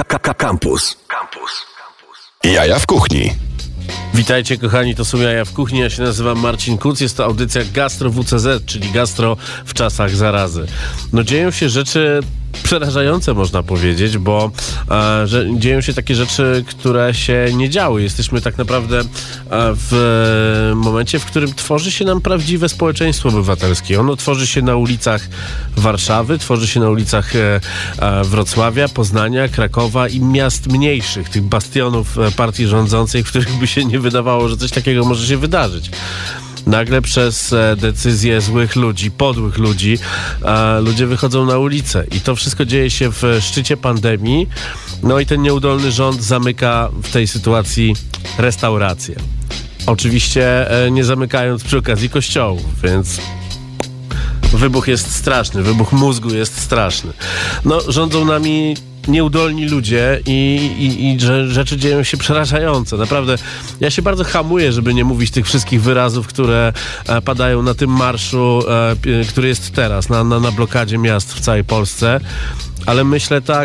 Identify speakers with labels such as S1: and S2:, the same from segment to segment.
S1: Campus. Jaja w kuchni.
S2: Witajcie kochani, to są Jaja w kuchni, ja się nazywam Marcin Kuc, jest to audycja Gastro WCZ, czyli gastro w czasach zarazy. No dzieją się rzeczy przerażające, można powiedzieć, bo że dzieją się takie rzeczy, które się nie działy. Jesteśmy tak naprawdę w momencie, w którym tworzy się nam prawdziwe społeczeństwo obywatelskie. Ono tworzy się na ulicach Warszawy, tworzy się na ulicach Wrocławia, Poznania, Krakowa i miast mniejszych, tych bastionów partii rządzącej, w których by się nie wydawało, że coś takiego może się wydarzyć. Nagle przez decyzje złych ludzi, podłych ludzi, ludzie wychodzą na ulicę i to wszystko dzieje się w szczycie pandemii. No i ten nieudolny rząd zamyka w tej sytuacji restauracje. Oczywiście nie zamykając przy okazji kościołów, więc wybuch jest straszny, wybuch mózgu jest straszny. No, rządzą nami nieudolni ludzie i rzeczy dzieją się przerażające. Naprawdę, ja się bardzo hamuję, żeby nie mówić tych wszystkich wyrazów, które padają na tym marszu, który jest teraz, na blokadzie miast w całej Polsce. Ale myślę tak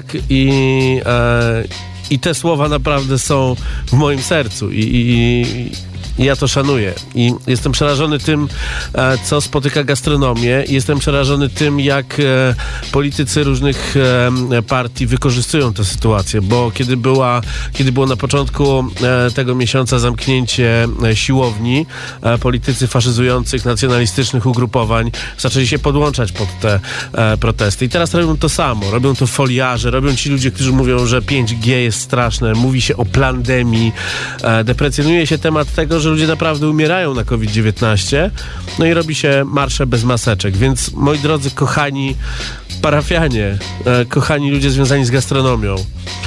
S2: i te słowa naprawdę są w moim sercu i ja to szanuję. I jestem przerażony tym, co spotyka gastronomię. I jestem przerażony tym, jak politycy różnych partii wykorzystują tę sytuację. Bo kiedy było na początku tego miesiąca zamknięcie siłowni, politycy faszyzujących, nacjonalistycznych ugrupowań zaczęli się podłączać pod te protesty. I teraz robią to samo. Robią to foliarze, robią ci ludzie, którzy mówią, że 5G jest straszne. Mówi się o plandemii. Deprecjonuje się temat tego, że ludzie naprawdę umierają na COVID-19, no i robi się marsze bez maseczek. Więc moi drodzy, kochani parafianie, kochani ludzie związani z gastronomią,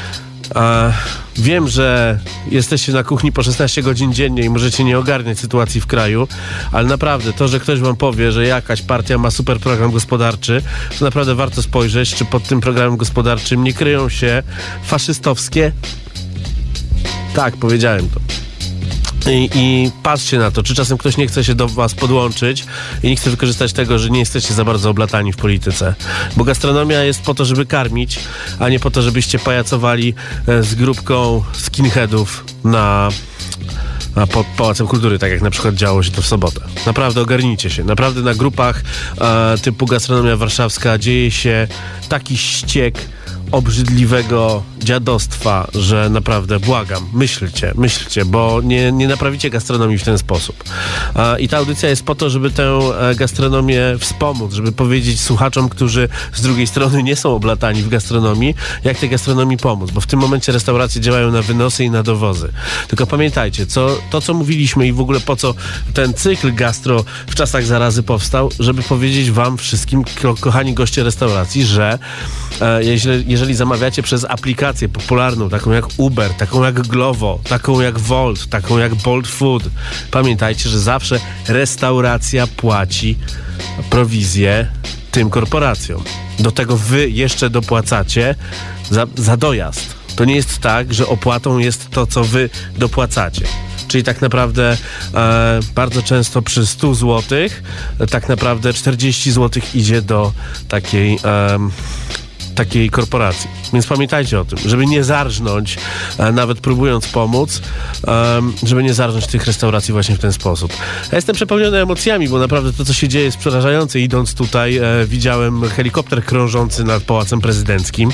S2: wiem, że jesteście na kuchni po 16 godzin dziennie i możecie nie ogarniać sytuacji w kraju, ale naprawdę to, że ktoś wam powie, że jakaś partia ma super program gospodarczy, to naprawdę warto spojrzeć, czy pod tym programem gospodarczym nie kryją się faszystowskie... Tak, powiedziałem to. I patrzcie na to, czy czasem ktoś nie chce się do was podłączyć i nie chce wykorzystać tego, że nie jesteście za bardzo oblatani w polityce. Bo gastronomia jest po to, żeby karmić, a nie po to, żebyście pajacowali z grupką skinheadów pod Pałacem Kultury, tak jak na przykład działo się to w sobotę. Naprawdę ogarnijcie się. Naprawdę na grupach typu Gastronomia Warszawska dzieje się taki ściek obrzydliwego dziadostwa, że naprawdę błagam, myślcie, bo nie naprawicie gastronomii w ten sposób. I ta audycja jest po to, żeby tę gastronomię wspomóc, żeby powiedzieć słuchaczom, którzy z drugiej strony nie są oblatani w gastronomii, jak tej gastronomii pomóc, bo w tym momencie restauracje działają na wynosy i na dowozy. Tylko pamiętajcie, co mówiliśmy i w ogóle po co ten cykl gastro w czasach zarazy powstał, żeby powiedzieć wam wszystkim, kochani goście restauracji, że jeżeli zamawiacie przez aplikację popularną, taką jak Uber, taką jak Glovo, taką jak Wolt, taką jak Bolt Food, pamiętajcie, że zawsze restauracja płaci prowizję tym korporacjom. Do tego wy jeszcze dopłacacie za dojazd. To nie jest tak, że opłatą jest to, co wy dopłacacie. Czyli tak naprawdę bardzo często przy 100 zł tak naprawdę 40 zł idzie do takiej korporacji. Więc pamiętajcie o tym, żeby nie zarżnąć, nawet próbując pomóc, żeby nie zarżnąć tych restauracji właśnie w ten sposób. Ja jestem przepełniony emocjami, bo naprawdę to, co się dzieje, jest przerażające. Idąc tutaj, widziałem helikopter krążący nad Pałacem Prezydenckim.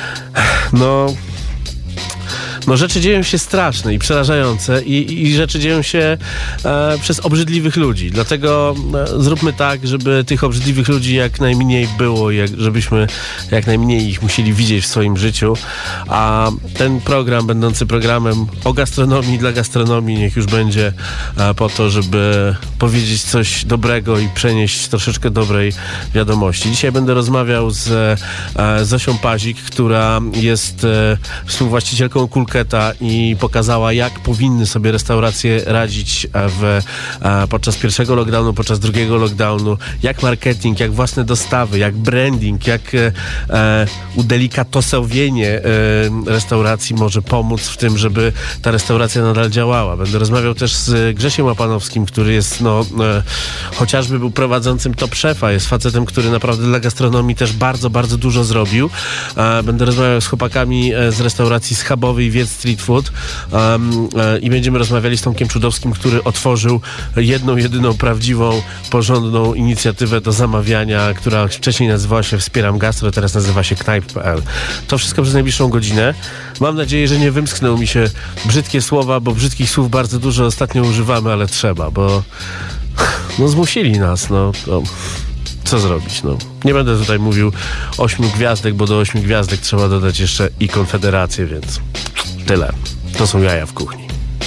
S2: No rzeczy dzieją się straszne i przerażające i rzeczy dzieją się przez obrzydliwych ludzi. Dlatego zróbmy tak, żeby tych obrzydliwych ludzi jak najmniej było, żebyśmy jak najmniej ich musieli widzieć w swoim życiu. A ten program, będący programem o gastronomii dla gastronomii, niech już będzie po to, żeby powiedzieć coś dobrego i przenieść troszeczkę dobrej wiadomości. Dzisiaj będę rozmawiał z Zosią Pazik, która jest współwłaścicielką Kulka Phukheta i pokazała, jak powinny sobie restauracje radzić podczas pierwszego lockdownu, podczas drugiego lockdownu, jak marketing, jak własne dostawy, jak branding, jak udelikatosowienie restauracji może pomóc w tym, żeby ta restauracja nadal działała. Będę rozmawiał też z Grzesiem Łapanowskim, który jest chociażby był prowadzącym Top Chefa, jest facetem, który naprawdę dla gastronomii też bardzo, bardzo dużo zrobił. Będę rozmawiał z chłopakami z restauracji Schabowej Wiec Street Food i będziemy rozmawiali z Tomkiem Czudowskim, który otworzył jedną, jedyną prawdziwą, porządną inicjatywę do zamawiania, która wcześniej nazywała się Wspieram Gastro, teraz nazywa się Knajp.pl. To wszystko przez najbliższą godzinę. Mam nadzieję, że nie wymskną mi się brzydkie słowa, bo brzydkich słów bardzo dużo ostatnio używamy, ale trzeba, bo zmusili nas, to co zrobić, Nie będę tutaj mówił 8 gwiazdek, bo do 8 gwiazdek trzeba dodać jeszcze i Konfederację, więc tyle. To są jaja w kuchni.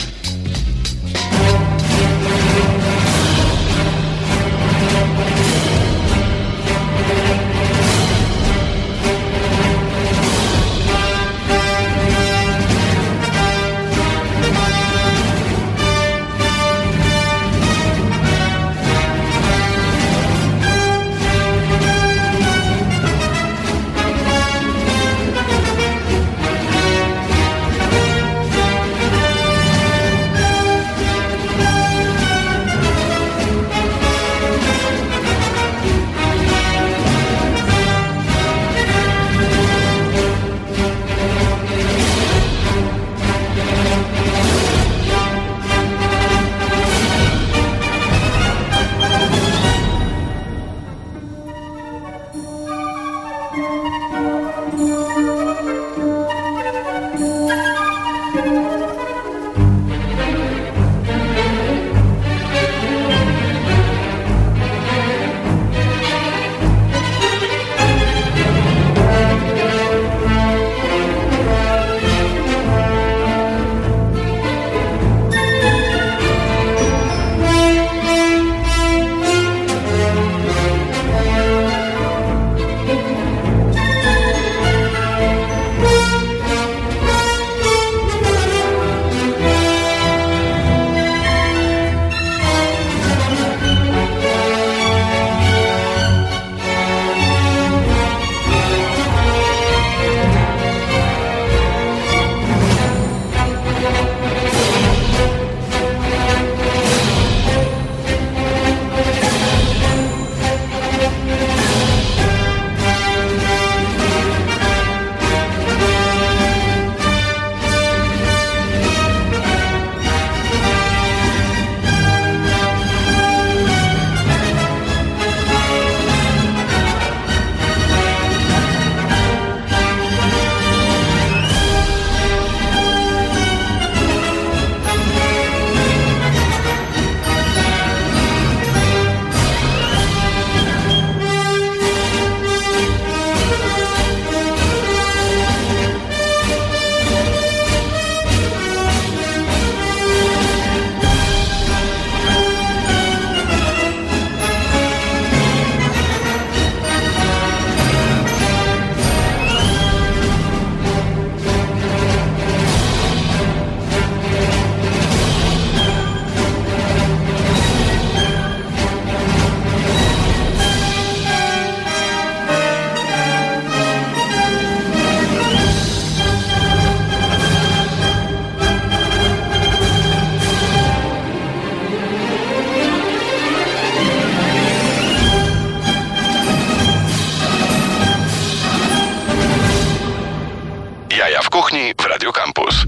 S1: w Radio Campus.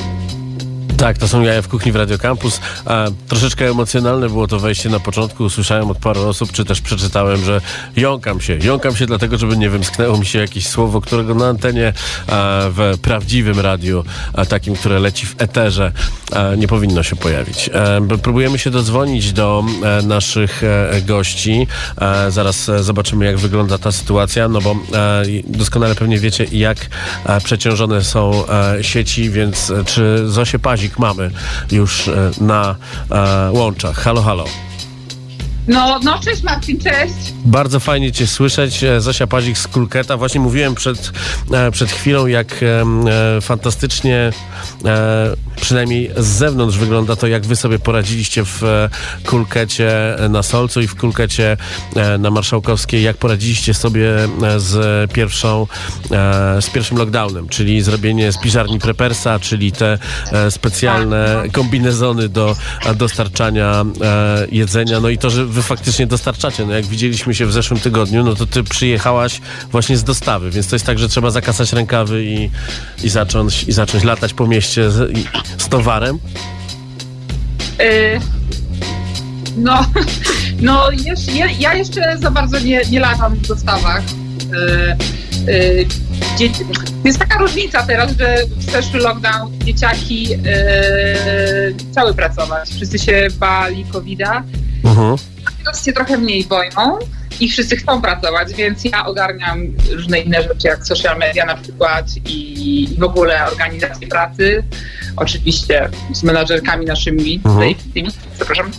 S2: Tak, to są jaja w kuchni w Radio Campus. Troszeczkę emocjonalne było to wejście na początku. Usłyszałem od paru osób, czy też przeczytałem, że jąkam się dlatego, żeby nie wymsknęło mi się jakieś słowo, którego na antenie w prawdziwym radiu, takim, które leci w eterze, nie powinno się pojawić. Próbujemy się dodzwonić do naszych gości. Zaraz zobaczymy, jak wygląda ta sytuacja, no bo doskonale pewnie wiecie, jak przeciążone są sieci, więc czy Zosię Pazik mamy już na łączach? Halo, halo.
S3: No, cześć Marcin, cześć.
S2: Bardzo fajnie cię słyszeć. Zosia Pazik z Coolcata. Właśnie mówiłem przed chwilą, jak fantastycznie, przynajmniej z zewnątrz wygląda to, jak wy sobie poradziliście w Coolcacie na Solcu i w Coolcacie na Marszałkowskiej, jak poradziliście sobie z pierwszym lockdownem, czyli zrobienie spiżarni Prepersa, czyli te specjalne kombinezony do dostarczania jedzenia. No i to, że wy faktycznie dostarczacie. No jak widzieliśmy się w zeszłym tygodniu, no to ty przyjechałaś właśnie z dostawy, więc to jest tak, że trzeba zakasać rękawy i zacząć latać po mieście z towarem.
S3: Ja jeszcze za bardzo nie latam w dostawach. Jest taka różnica teraz, że w zeszły lockdown dzieciaki chciały pracować. Wszyscy się bali COVID-a. Teraz się trochę mniej boją i wszyscy chcą pracować, więc ja ogarniam różne inne rzeczy, jak social media na przykład i w ogóle organizację pracy. Oczywiście z menadżerkami naszymi, przepraszam.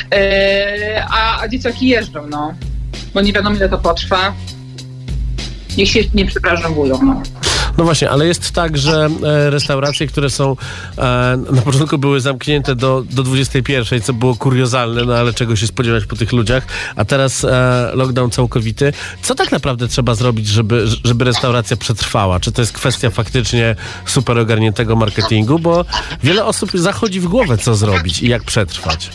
S3: A dzieciaki jeżdżą, no. Bo nie wiadomo, ile to potrwa. Niech się nie przebranżowują, no.
S2: No właśnie, ale jest tak, że restauracje, które są na początku były zamknięte do 21, co było kuriozalne, no ale czego się spodziewać po tych ludziach, a teraz lockdown całkowity. Co tak naprawdę trzeba zrobić, żeby restauracja przetrwała? Czy to jest kwestia faktycznie super ogarniętego marketingu? Bo wiele osób zachodzi w głowę, co zrobić i jak przetrwać.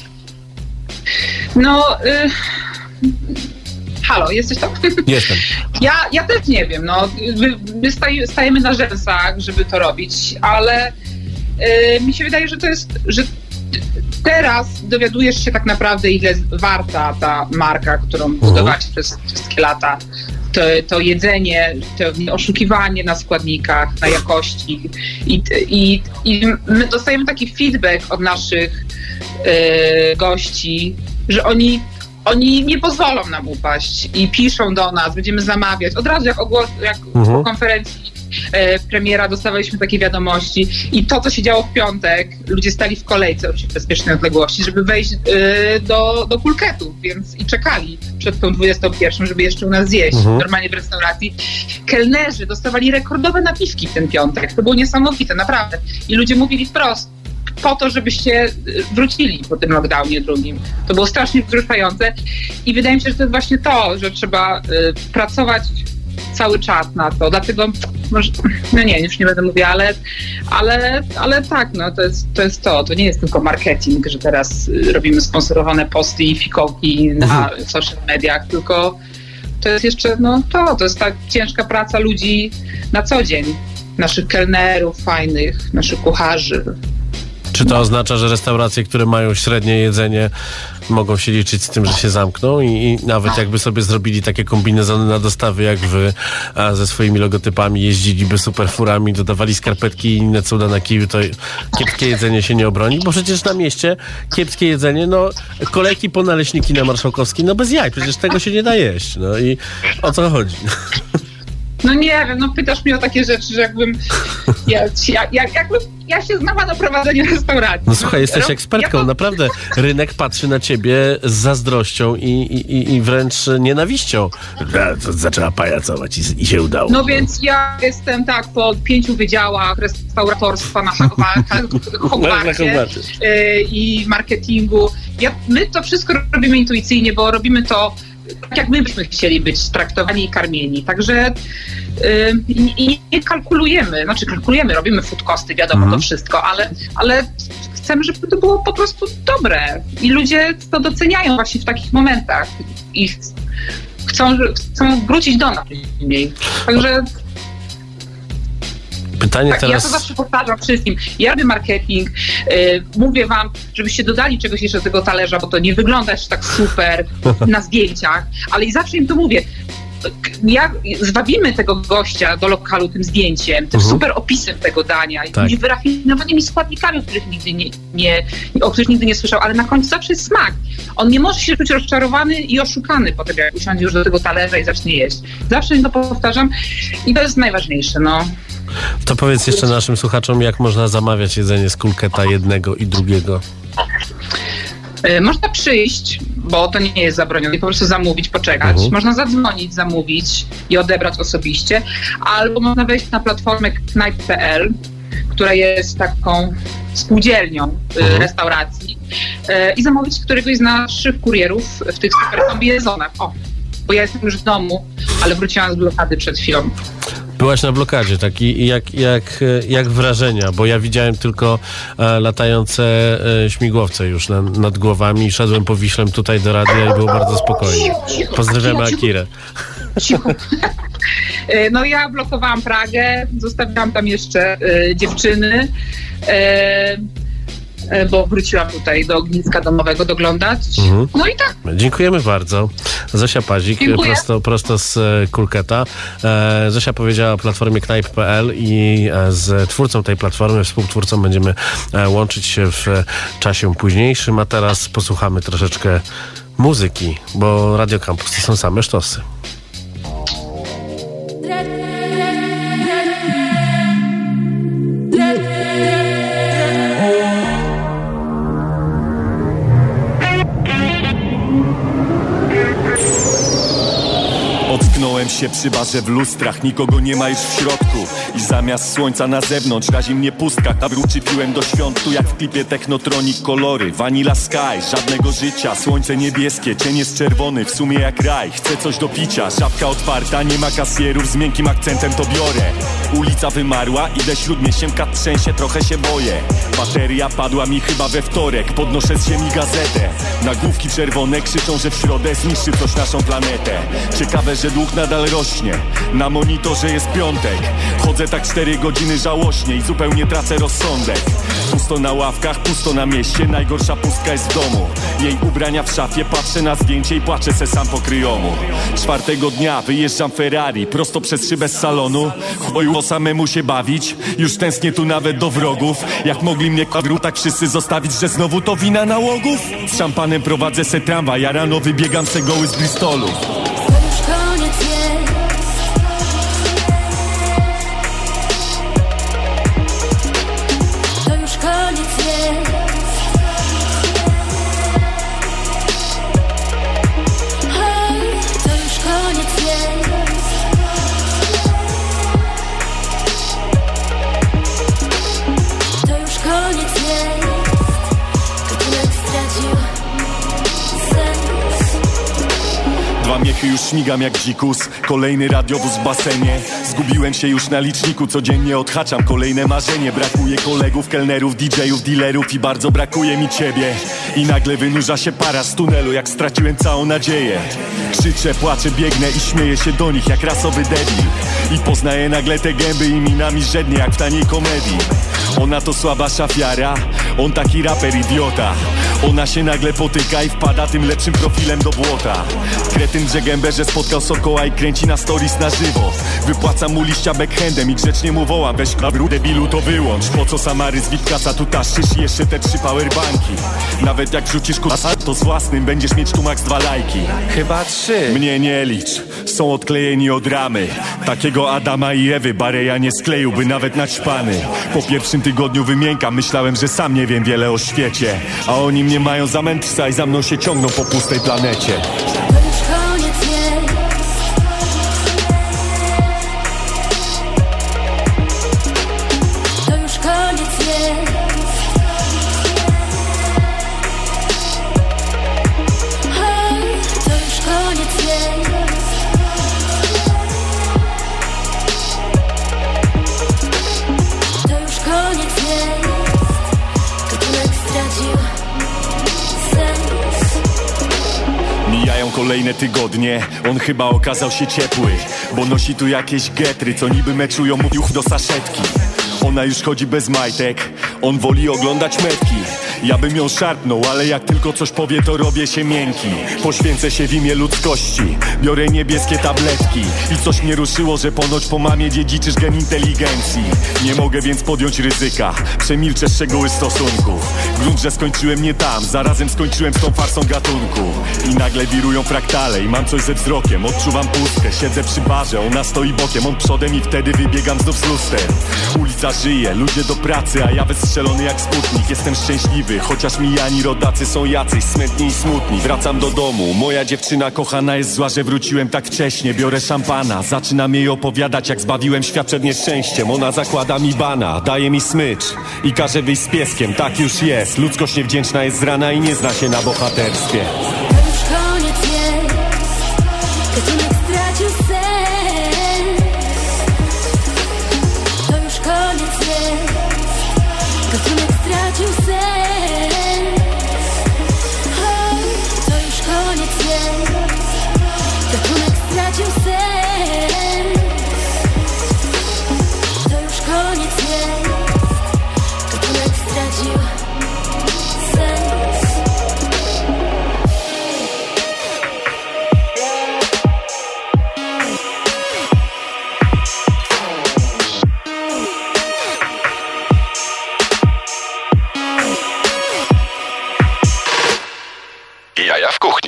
S3: Halo, jesteś tam?
S2: Jestem.
S3: Ja też nie wiem, no. My stajemy na rzęsach, żeby to robić, ale mi się wydaje, że teraz dowiadujesz się tak naprawdę, ile jest warta ta marka, którą budowałeś przez wszystkie lata. To jedzenie, to oszukiwanie na składnikach, na jakości i my dostajemy taki feedback od naszych gości, że oni nie pozwolą nam upaść i piszą do nas, będziemy zamawiać. Od razu jak po konferencji premiera dostawaliśmy takie wiadomości i to, co się działo w piątek, ludzie stali w kolejce w bezpiecznej odległości, żeby wejść do Coolcatów, więc i czekali przed tą 21, żeby jeszcze u nas zjeść. Normalnie w restauracji. Kelnerzy dostawali rekordowe napiwki w ten piątek. To było niesamowite, naprawdę. I ludzie mówili wprost, po to, żebyście wrócili po tym lockdownie drugim. To było strasznie wzruszające i wydaje mi się, że to jest właśnie to, że trzeba pracować cały czas na to. Dlatego może, już nie będę mówiła, ale tak, no to jest to. To nie jest tylko marketing, że teraz robimy sponsorowane posty i fikołki na social mediach, tylko to jest jeszcze, to jest ta ciężka praca ludzi na co dzień. Naszych kelnerów fajnych, naszych kucharzy.
S2: Czy to oznacza, że restauracje, które mają średnie jedzenie, mogą się liczyć z tym, że się zamkną i nawet jakby sobie zrobili takie kombinezony na dostawy, jak wy ze swoimi logotypami jeździliby superfurami, dodawali skarpetki i inne cuda na kiju, to kiepskie jedzenie się nie obroni, bo przecież na mieście kiepskie jedzenie, kolejki po naleśniki na Marszałkowskiej, bez jaj, przecież tego się nie da jeść, i o co chodzi?
S3: Nie wiem, pytasz mnie o takie rzeczy, że jakbym ja się znała na prowadzeniu restauracji.
S2: Słuchaj, jesteś ekspertką, naprawdę rynek patrzy na ciebie z zazdrością i wręcz nienawiścią. Zaczęła pajacować i się udało.
S3: Więc ja jestem po 5 wydziałach restauratorstwa na Hogwarcie i marketingu. My to wszystko robimy intuicyjnie, bo robimy to tak, jak my byśmy chcieli być traktowani i karmieni. Także nie kalkulujemy. Kalkulujemy, robimy food costy, wiadomo, to wszystko, ale chcemy, żeby to było po prostu dobre. I ludzie to doceniają właśnie w takich momentach. I chcą wrócić do nas później. Także
S2: pytanie teraz...
S3: Ja to zawsze powtarzam wszystkim. Ja robię marketing, mówię wam, żebyście dodali czegoś jeszcze do tego talerza, bo to nie wygląda jeszcze tak super na zdjęciach, ale i zawsze im to mówię. Zwabimy tego gościa do lokalu tym zdjęciem, tym super opisem tego dania, i wyrafinowanymi składnikami, o których nigdy nie słyszał, ale na końcu zawsze jest smak. On nie może się czuć rozczarowany i oszukany potem, jak usiądzie już do tego talerza i zacznie jeść. Zawsze im to powtarzam i to jest najważniejsze,
S2: To powiedz jeszcze naszym słuchaczom, jak można zamawiać jedzenie z Coolcata jednego i drugiego.
S3: Można przyjść, bo to nie jest zabronione, po prostu zamówić, poczekać. Można zadzwonić, zamówić i odebrać osobiście, albo można wejść na platformę knajp.pl, która jest taką spółdzielnią restauracji i zamówić któregoś z naszych kurierów w tych super kombinezonach. Bo ja jestem już w domu, ale wróciłam z blokady przed chwilą.
S2: Byłaś na blokadzie, tak? I jak wrażenia? Bo ja widziałem tylko latające śmigłowce już nad głowami. Szedłem po Wiślem tutaj do radia i było bardzo spokojnie. Pozdrawiamy Akirę.
S3: Cicho. No ja blokowałam Pragę, zostawiałam tam jeszcze dziewczyny, bo wróciłam tutaj do ogniska domowego doglądać. No i tak.
S2: Dziękujemy bardzo. Zosia Pazik, prosto z Kulketa. Zosia powiedziała o platformie knajp.pl i z twórcą tej platformy, współtwórcą będziemy łączyć się w czasie późniejszym, a teraz posłuchamy troszeczkę muzyki, bo Radio Campus to są same sztosy.
S4: Ocknąłem się przy barze w lustrach, nikogo nie ma już w środku. I zamiast słońca na zewnątrz razi mnie pustka. Kawruczy piłem do świąt, tu jak w klipie Technotronic kolory. Vanilla Sky, żadnego życia, słońce niebieskie, cień jest czerwony, w sumie jak raj. Chcę coś do picia, żabka otwarta, nie ma kasjerów, z miękkim akcentem to biorę. Ulica wymarła, idę śródmieściem, kat trzęsie, trochę się boję. Bateria padła mi chyba we wtorek, podnoszę z ziemi gazetę. Nagłówki czerwone krzyczą, że w środę zniszczy coś naszą planetę. Ciekawe, że dług nadal rośnie, na monitorze jest piątek. Chodzę tak 4 godziny żałośnie i zupełnie tracę rozsądek. Pusto na ławkach, pusto na mieście, najgorsza pustka jest w domu. Jej ubrania w szafie, patrzę na zdjęcie i płaczę se sam po kryjomu. 4. dnia wyjeżdżam Ferrari, prosto przez szybę z salonu. Chuju, samemu się bawić, już tęsknię tu nawet do wrogów. Jak mogli mnie tak wszyscy zostawić, że znowu to wina nałogów? Z szampanem prowadzę se tramwaj, ja rano wybiegam se goły z Bristolu. Miechy już śmigam jak dzikus, kolejny radiowóz w basenie. Zgubiłem się już na liczniku, codziennie odhaczam kolejne marzenie. Brakuje kolegów, kelnerów, DJ-ów, dealerów i bardzo brakuje mi ciebie. I nagle wynurza się para z tunelu, jak straciłem całą nadzieję. Krzyczę, płaczę, biegnę i śmieję się do nich jak rasowy debil. I poznaję nagle te gęby i minami żednie jak w taniej komedii. Ona to słaba szafiara, on taki raper idiota. Ona się nagle potyka i wpada tym lepszym profilem do błota. Kretyn drze gębę, że spotkał sokoła i kręci na stories na żywo. Wypłacam mu liścia backhandem i grzecznie mu wołam: weź kabru debilu to wyłącz. Po co Samary z Witkasa tu taszczysz i jeszcze te 3 powerbanki? Nawet jak rzucisz kurwa to z własnym będziesz mieć tu max 2 lajki.
S5: Chyba 3.
S4: Mnie nie licz, są odklejeni od ramy. Takiego Adama i Ewy Bareja nie skleiłby nawet naćpany. Po pierwszym tygodniu wymiękam, myślałem, że sam nie wiem wiele o świecie. A oni mnie mają za mędrca i za mną się ciągną po pustej planecie.
S6: To już koniec jest. To już koniec jest. To już koniec jest. To już koniec jest. Gatunek stracił sens.
S4: Mijają kolejne tygodnie, on chyba okazał się ciepły, bo nosi tu jakieś getry, co niby meczują mu juch do saszetki. Ona już chodzi bez majtek, on woli oglądać metki. Ja bym ją szarpnął, ale jak tylko coś powie, to robię się miękki. Poświęcę się w imię ludzkości, biorę niebieskie tabletki. I coś mnie ruszyło, że ponoć po mamie dziedziczysz gen inteligencji. Nie mogę więc podjąć ryzyka, przemilczę szczegóły stosunków. Grunt, że skończyłem nie tam, zarazem skończyłem z tą farsą gatunku. I nagle wirują fraktale i mam coś ze wzrokiem. Odczuwam pustkę, siedzę przy barze, ona stoi bokiem, on przodem i wtedy wybiegam znów z lustrem. Ulica żyje, ludzie do pracy, a ja wystrzelony jak Sputnik. Jestem szczęśliwy, szczęśliwy, chociaż mijani rodacy są jacyś smętni i smutni. Wracam do domu, moja dziewczyna kochana jest zła, że wróciłem tak wcześnie. Biorę szampana, zaczynam jej opowiadać, jak zbawiłem świat przed nieszczęściem. Ona zakłada mi bana, daje mi smycz i każe wyjść z pieskiem. Tak już jest, ludzkość niewdzięczna jest z rana i nie zna się na bohaterstwie.
S6: To już koniec jest, gatunek stracił sens. To już koniec jest, gatunek stracił sens. To już koniec jest, gatunek stracił sens. To już koniec jest, gatunek stracił sens.
S1: Jaja w kuchni.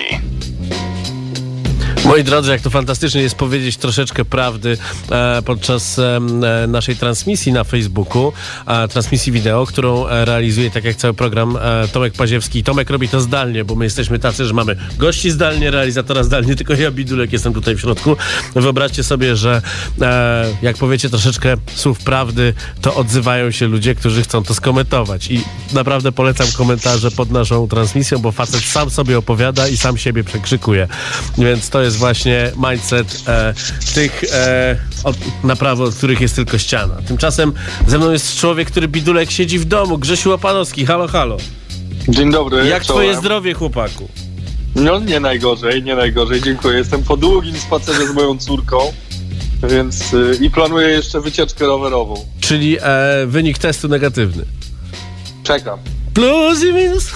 S2: Moi drodzy, jak to fantastycznie jest powiedzieć troszeczkę prawdy podczas naszej transmisji na Facebooku, transmisji wideo, którą realizuje, tak jak cały program, Tomek Paziewski. Tomek robi to zdalnie, bo my jesteśmy tacy, że mamy gości zdalnie, realizatora zdalnie, tylko ja, Bidulek, jestem tutaj w środku. Wyobraźcie sobie, że jak powiecie troszeczkę słów prawdy, to odzywają się ludzie, którzy chcą to skomentować. I naprawdę polecam komentarze pod naszą transmisją, bo facet sam sobie opowiada i sam siebie przekrzykuje. Więc to jest właśnie mindset tych naprawdę, od których jest tylko ściana. Tymczasem ze mną jest człowiek, który, Bidulek, siedzi w domu. Grzesiu Łapanowski, halo, halo.
S5: Dzień dobry.
S2: Jak twoje zdrowie, chłopaku?
S5: No nie najgorzej, dziękuję. Jestem po długim spacerze z moją córką, więc i planuję jeszcze wycieczkę rowerową.
S2: Czyli wynik testu negatywny.
S5: Czekam.
S2: Plus i minus.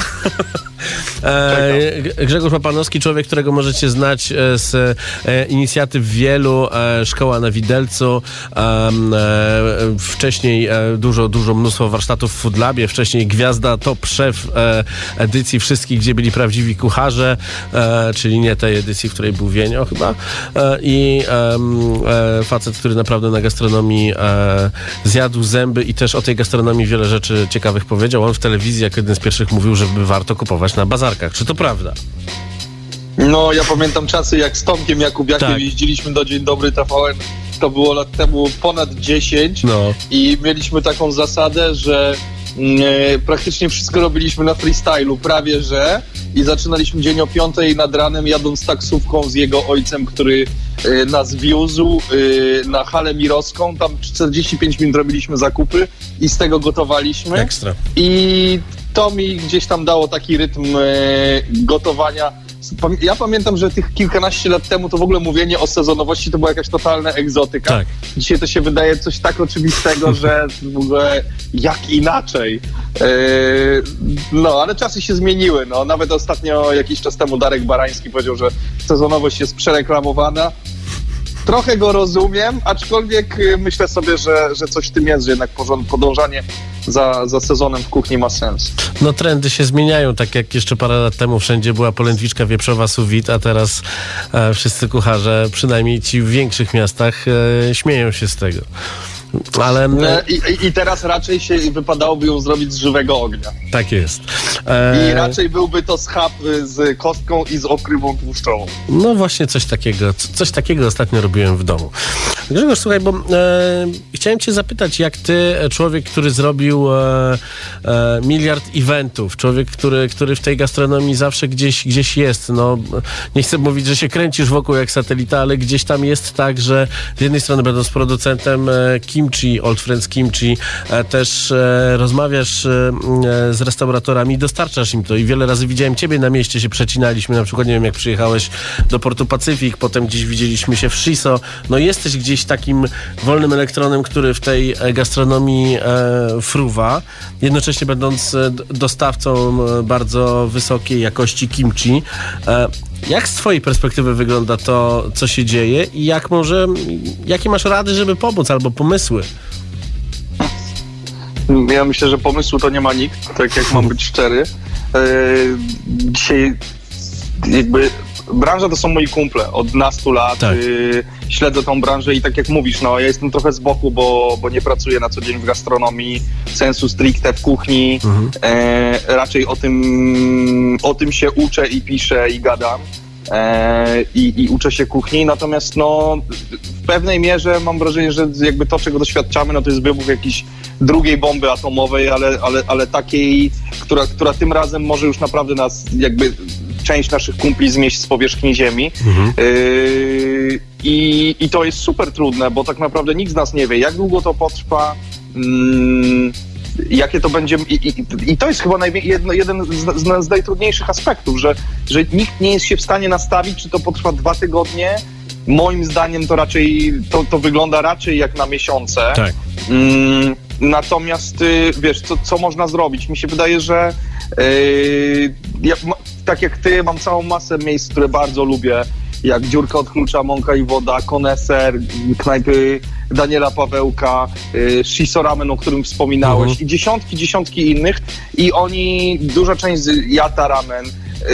S2: Grzegorz Łapanowski, człowiek, którego możecie znać z inicjatyw wielu, Szkoła na Widelcu, wcześniej dużo mnóstwo warsztatów w Food Labie, wcześniej gwiazda, top szef edycji wszystkich, gdzie byli prawdziwi kucharze, czyli nie tej edycji, w której był Wienio chyba, i facet, który naprawdę na gastronomii zjadł zęby i też o tej gastronomii wiele rzeczy ciekawych powiedział. On w telewizji jak jeden z pierwszych mówił, żeby warto kupować na bazarkach. Czy to prawda?
S5: No, ja pamiętam czasy, jak z Tomkiem Jakubiakiem jeździliśmy do Dzień Dobry TVN. To było lat temu ponad 10 i mieliśmy taką zasadę, że praktycznie wszystko robiliśmy na freestylu, prawie że, i zaczynaliśmy dzień o 5 nad ranem, jadąc taksówką z jego ojcem, który nas wiózł na halę mirowską. Tam 45 minut robiliśmy zakupy i z tego gotowaliśmy.
S2: Ekstra.
S5: I to mi gdzieś tam dało taki rytm gotowania. Ja pamiętam, że tych kilkanaście lat temu to w ogóle mówienie o sezonowości to była jakaś totalna egzotyka.
S2: Tak.
S5: Dzisiaj to się wydaje coś tak oczywistego, że w ogóle jak inaczej. No, ale czasy się zmieniły. No, nawet ostatnio, jakiś czas temu, Darek Barański powiedział, że sezonowość jest przereklamowana. Trochę go rozumiem, myślę sobie, że coś w tym jest, że jednak podążanie za sezonem w kuchni ma sens.
S2: No trendy się zmieniają, tak jak jeszcze parę lat temu wszędzie była polędwiczka wieprzowa sous vide, a teraz wszyscy kucharze, przynajmniej ci w większych miastach, śmieją się z tego. Ale...
S5: I teraz raczej się wypadałoby ją zrobić z żywego ognia.
S2: Tak jest.
S5: I raczej byłby to schab z kostką i z okrywą tłuszczową.
S2: No właśnie coś takiego ostatnio robiłem w domu. Grzegorz, słuchaj, bo chciałem cię zapytać, jak ty, człowiek, który zrobił miliard eventów, człowiek, który w tej gastronomii zawsze gdzieś jest, no nie chcę mówić, że się kręcisz wokół jak satelita, ale gdzieś tam jest tak, że z jednej strony będąc producentem kimchi, Old Friends Kimchi, też rozmawiasz z restauratorami, dostarczasz im to i wiele razy widziałem ciebie na mieście, się przecinaliśmy, na przykład nie wiem, jak przyjechałeś do Portu Pacyfik, potem gdzieś widzieliśmy się w Shiso, no jesteś gdzieś takim wolnym elektronem, który w tej gastronomii fruwa, jednocześnie będąc dostawcą bardzo wysokiej jakości kimchi. Jak z twojej perspektywy wygląda to, co się dzieje i jakie masz rady, żeby pomóc, albo pomysły?
S5: Ja myślę, że pomysłu to nie ma nikt, tak jak mam być szczery. Dzisiaj jakby branża to są moi kumple od nastu lat. Tak. Śledzę tą branżę i tak jak mówisz, no ja jestem trochę z boku, bo nie pracuję na co dzień w gastronomii. sensu stricte w kuchni. Raczej o tym się uczę i piszę i gadam. I uczę się kuchni, natomiast no w pewnej mierze mam wrażenie, że jakby to, czego doświadczamy, no to jest wybuch jakiejś drugiej bomby atomowej, ale takiej, która tym razem może już naprawdę nas, jakby część naszych kumpli zmieść z powierzchni ziemi. I to jest super trudne, bo tak naprawdę nikt z nas nie wie, jak długo to potrwa, jakie to będzie... I to jest chyba jeden z najtrudniejszych aspektów, że nikt nie jest się w stanie nastawić, czy to potrwa 2 tygodnie. Moim zdaniem to raczej, to wygląda raczej jak na miesiące. Tak. Natomiast wiesz, co można zrobić? Mi się wydaje, że ja, tak jak ty, mam całą masę miejsc, które bardzo lubię, jak Dziurka od klucza, Mąka i woda, Koneser, knajpy Daniela Pawełka, Shiso Ramen, o którym wspominałeś, i dziesiątki innych, i oni, duża część z Yata Ramen,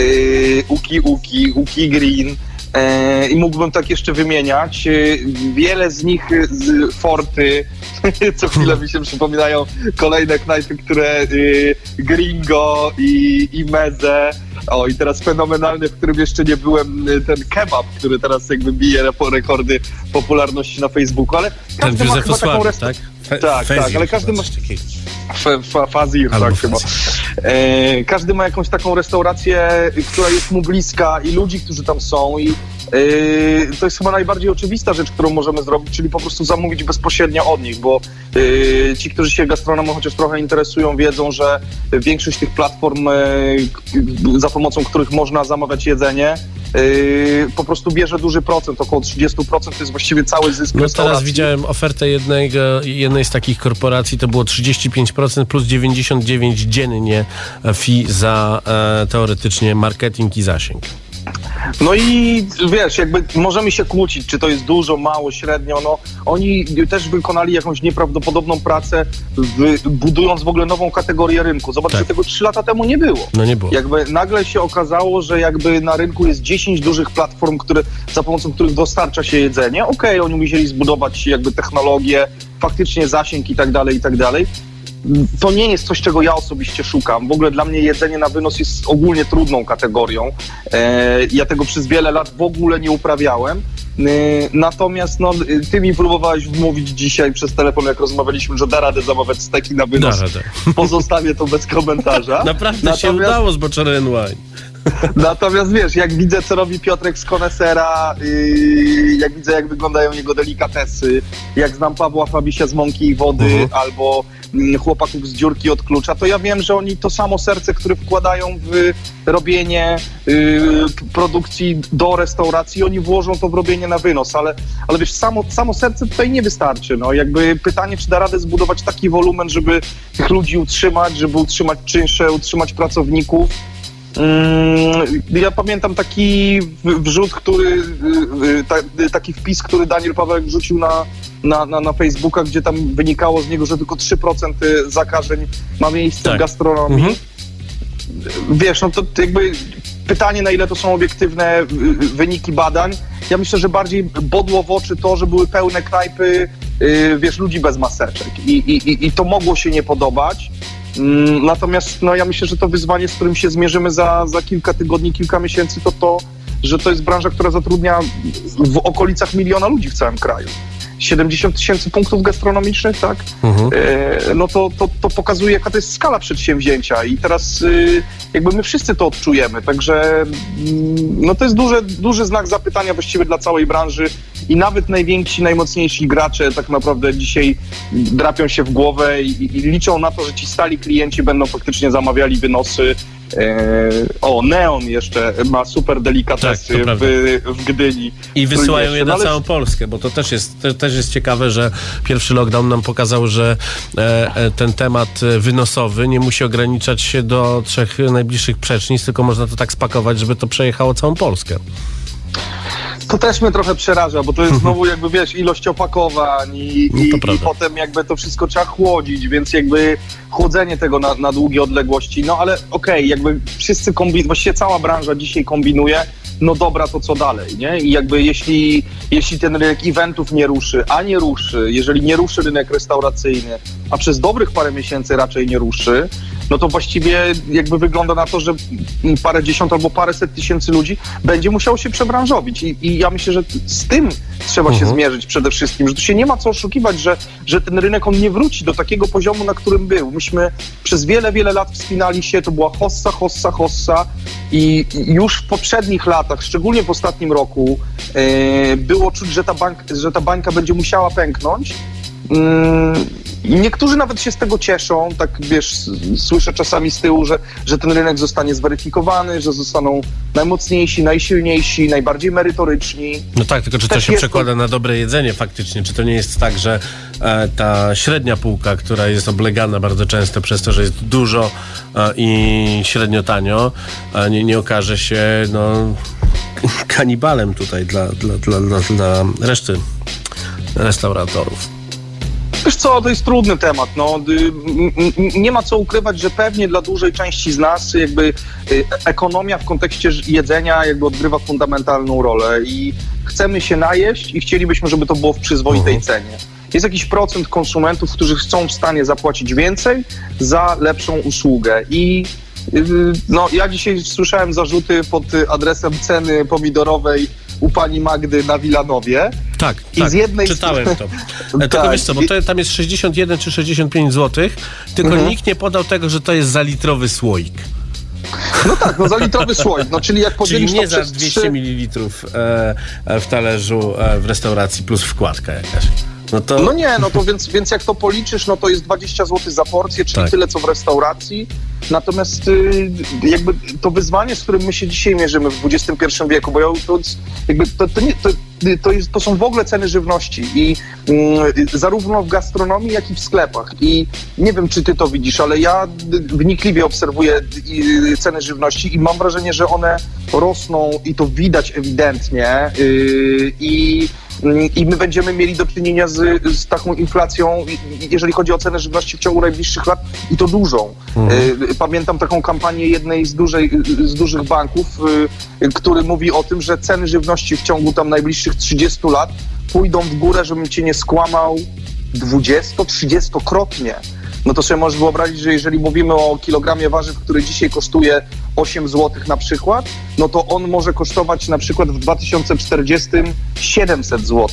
S5: Uki Green, i mógłbym tak jeszcze wymieniać. Wiele z nich z Forty, co chwilę mi się przypominają kolejne knajpy, które Gringo i Meze. O, i teraz fenomenalny, w którym jeszcze nie byłem, ten kebab, który teraz jakby bije rekordy popularności na Facebooku, ale każdy ma chyba taką tak, ale każdy ma... Fazir, tak chyba. Każdy ma jakąś taką restaurację, która jest mu bliska, i ludzi, którzy tam są, i to jest chyba najbardziej oczywista rzecz, którą możemy zrobić, czyli po prostu zamówić bezpośrednio od nich, bo ci, którzy się gastronomią chociaż trochę interesują, wiedzą, że większość tych platform, za pomocą których można zamawiać jedzenie, po prostu bierze duży procent, około 30% to jest właściwie cały zysk restauracji.
S2: Teraz widziałem ofertę jednej z takich korporacji, to było 35% plus 99 dziennie fee za teoretycznie marketing i zasięg.
S5: No i wiesz, jakby możemy się kłócić, czy to jest dużo, mało, średnio, no oni też wykonali jakąś nieprawdopodobną pracę, budując w ogóle nową kategorię rynku. Zobacz, że tego 3 lata temu nie było.
S2: No nie było.
S5: Jakby nagle się okazało, że jakby na rynku jest 10 dużych platform, za pomocą których dostarcza się jedzenie. Okej, oni musieli zbudować jakby technologię, faktycznie zasięg i tak dalej. To nie jest coś, czego ja osobiście szukam. W ogóle dla mnie jedzenie na wynos jest ogólnie trudną kategorią. Ja tego przez wiele lat w ogóle nie uprawiałem. Natomiast no, ty mi próbowałeś wmówić dzisiaj przez telefon, jak rozmawialiśmy, że da radę zamawiać steki na wynos. Pozostawię to bez komentarza.
S2: Naprawdę się udało z Boczery Wine.
S5: Natomiast wiesz, jak widzę, co robi Piotrek z Konesera, jak widzę, jak wyglądają jego delikatesy, jak znam Pawła Fabisia z Mąki i wody, albo chłopaków z Dziurki od klucza, to ja wiem, że oni to samo serce, które wkładają w robienie produkcji do restauracji, oni włożą to w robienie na wynos, ale wiesz, samo serce tutaj nie wystarczy. No, jakby pytanie, czy da radę zbudować taki wolumen, żeby tych ludzi utrzymać, żeby utrzymać czynsze, utrzymać pracowników. Ja pamiętam taki wrzut, taki wpis, który Daniel Pawełek wrzucił na Facebooka, gdzie tam wynikało z niego, że tylko 3% zakażeń ma miejsce w gastronomii. Wiesz, no to jakby pytanie, na ile to są obiektywne wyniki badań. Ja myślę, że bardziej bodło w oczy to, że były pełne knajpy, wiesz, ludzi bez maseczek i to mogło się nie podobać. Natomiast no, ja myślę, że to wyzwanie, z którym się zmierzymy za kilka tygodni, kilka miesięcy, to, że to jest branża, która zatrudnia w okolicach 1 miliona ludzi w całym kraju. 70 000 punktów gastronomicznych, tak? No to pokazuje, jaka to jest skala przedsięwzięcia i teraz jakby my wszyscy to odczujemy, także no to jest duży znak zapytania właściwie dla całej branży i nawet najwięksi, najmocniejsi gracze tak naprawdę dzisiaj drapią się w głowę i liczą na to, że ci stali klienci będą faktycznie zamawiali wynosy. Neon jeszcze ma super delikatesy w Gdyni.
S2: I wysyłają je na całą Polskę, bo to też jest ciekawe, że pierwszy lockdown nam pokazał, że ten temat wynosowy nie musi ograniczać się do 3 najbliższych przecznic, tylko można to tak spakować, żeby to przejechało całą Polskę.
S5: To też mnie trochę przeraża, bo to jest znowu jakby, wiesz, ilość opakowań i potem jakby to wszystko trzeba chłodzić, więc jakby chłodzenie tego na długie odległości, no ale okej, jakby wszyscy właściwie cała branża dzisiaj kombinuje, no dobra, to co dalej, nie? I jakby jeśli ten rynek eventów nie ruszy, jeżeli nie ruszy rynek restauracyjny, a przez dobrych parę miesięcy raczej nie ruszy, no to właściwie jakby wygląda na to, że parędziesiąt albo paręset tysięcy ludzi będzie musiało się przebranżowić. I ja myślę, że z tym trzeba się zmierzyć przede wszystkim, że tu się nie ma co oszukiwać, że ten rynek on nie wróci do takiego poziomu, na którym był. Myśmy przez wiele, wiele lat wspinali się, to była hossa i już w poprzednich latach, szczególnie w ostatnim roku, było czuć, że ta bańka będzie musiała pęknąć. I niektórzy nawet się z tego cieszą, tak wiesz, słyszę czasami z tyłu, że ten rynek zostanie zweryfikowany, że zostaną najmocniejsi, najsilniejsi, najbardziej merytoryczni.
S2: No tak, tylko czy to się przekłada na dobre jedzenie faktycznie? Czy to nie jest tak, że ta średnia półka, która jest oblegana bardzo często przez to, że jest dużo i średnio tanio, nie okaże się kanibalem tutaj dla reszty restauratorów?
S5: Wiesz co, to jest trudny temat. Nie ma co ukrywać, że pewnie dla dużej części z nas jakby ekonomia w kontekście jedzenia jakby odgrywa fundamentalną rolę i chcemy się najeść i chcielibyśmy, żeby to było w przyzwoitej cenie. Jest jakiś procent konsumentów, którzy są w stanie zapłacić więcej za lepszą usługę i ja dzisiaj słyszałem zarzuty pod adresem ceny pomidorowej u pani Magdy na Wilanowie.
S2: Tak,
S5: z jednej
S2: czytałem to. Tylko wiesz co, bo tam jest 61 czy 65 zł, tylko nikt nie podał tego, że to jest za litrowy słoik.
S5: No tak, za litrowy słoik. Czyli jak podzielisz
S2: czyli nie
S5: to
S2: za
S5: przez
S2: 200 ml w talerzu w restauracji plus wkładka jakaś.
S5: Więc jak to policzysz, to jest 20 zł za porcję, czyli tyle co w restauracji. Natomiast jakby to wyzwanie, z którym my się dzisiaj mierzymy w XXI wieku, bo to są w ogóle ceny żywności i zarówno w gastronomii, jak i w sklepach. I nie wiem, czy ty to widzisz, ale ja wnikliwie obserwuję ceny żywności i mam wrażenie, że one rosną i to widać ewidentnie i my będziemy mieli do czynienia z taką inflacją, jeżeli chodzi o cenę żywności w ciągu najbliższych lat i to dużą. Pamiętam taką kampanię jednej z dużych banków, który mówi o tym, że ceny żywności w ciągu tam najbliższych 30 lat pójdą w górę, żebym cię nie skłamał, 20-30-krotnie. No to sobie możesz wyobrazić, że jeżeli mówimy o kilogramie warzyw, który dzisiaj kosztuje 8 zł na przykład, no to on może kosztować na przykład w 2040 700 zł.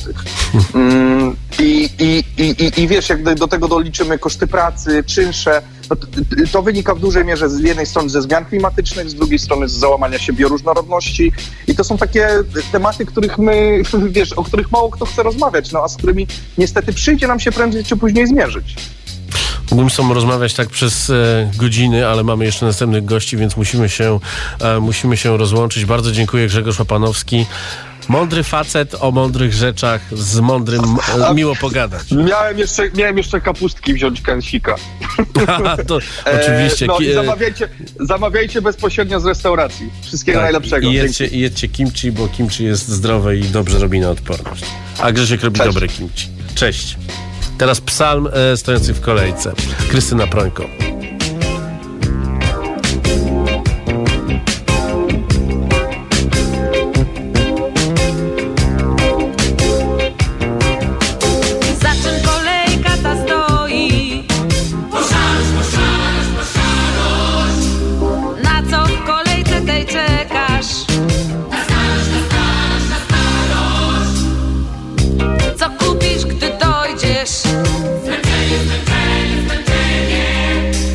S5: I wiesz, jak do tego doliczymy koszty pracy, czynsze, to wynika w dużej mierze z jednej strony ze zmian klimatycznych, z drugiej strony z załamania się bioróżnorodności i to są takie tematy, o których mało kto chce rozmawiać, a z którymi niestety przyjdzie nam się prędzej czy później zmierzyć.
S2: Mógłbym z tobą rozmawiać tak przez godziny, ale mamy jeszcze następnych gości, więc musimy się rozłączyć. Bardzo dziękuję, Grzegorz Łapanowski. Mądry facet o mądrych rzeczach, z mądrym miło pogadać.
S5: Miałem jeszcze kapustki wziąć kęsika.
S2: To oczywiście.
S5: I zamawiajcie bezpośrednio z restauracji. Wszystkiego najlepszego.
S2: I jedzcie kimchi, bo kimchi jest zdrowe i dobrze robi na odporność. A Grzesiek robi dobre kimchi. Cześć. Teraz psalm stojący w kolejce. Krystyna Prońko.
S7: Za czym kolejka ta stoi? Na co w kolejce tej czekasz? Co kupisz, gdy dojdziesz?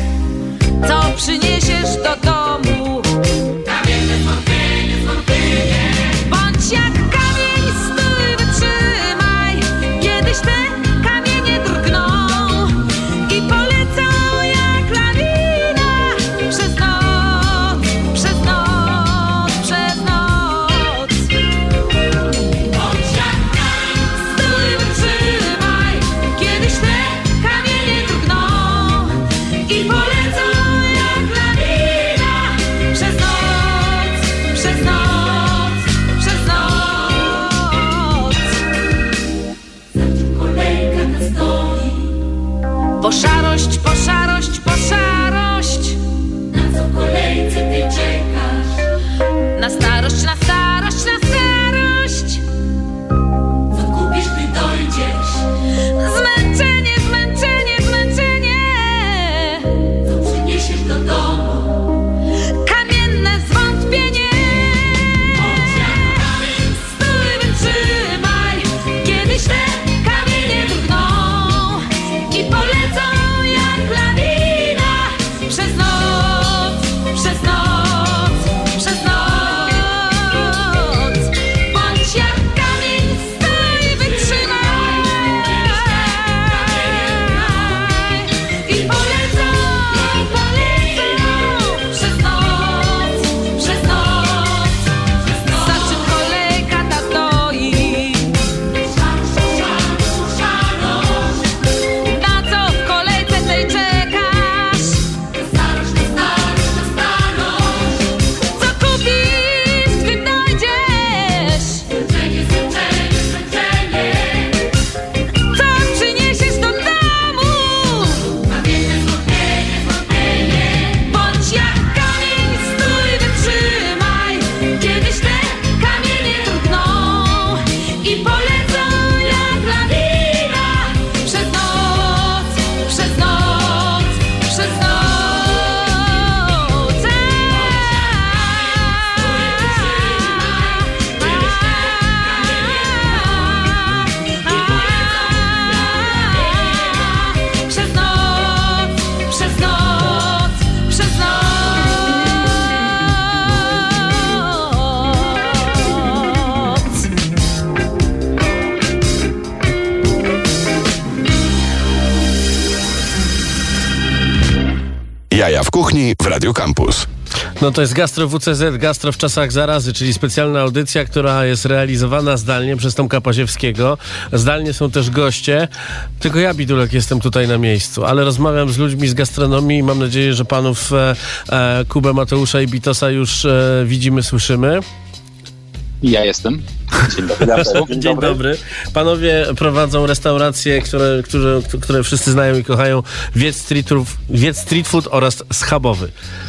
S1: Jaja w kuchni w Radio Campus.
S2: No to jest Gastro WCZ, Gastro w czasach zarazy, czyli specjalna audycja, która jest realizowana zdalnie przez Tomka Pasiewskiego. Zdalnie są też goście, tylko ja, Bidulek, jestem tutaj na miejscu, ale rozmawiam z ludźmi z gastronomii i mam nadzieję, że panów Kubę, Mateusza i Bitosa już widzimy, słyszymy.
S8: Ja jestem. Dzień dobry.
S2: Dzień dobry. Panowie prowadzą restauracje, które wszyscy znają i kochają. Wiec Street Food oraz Schabowy.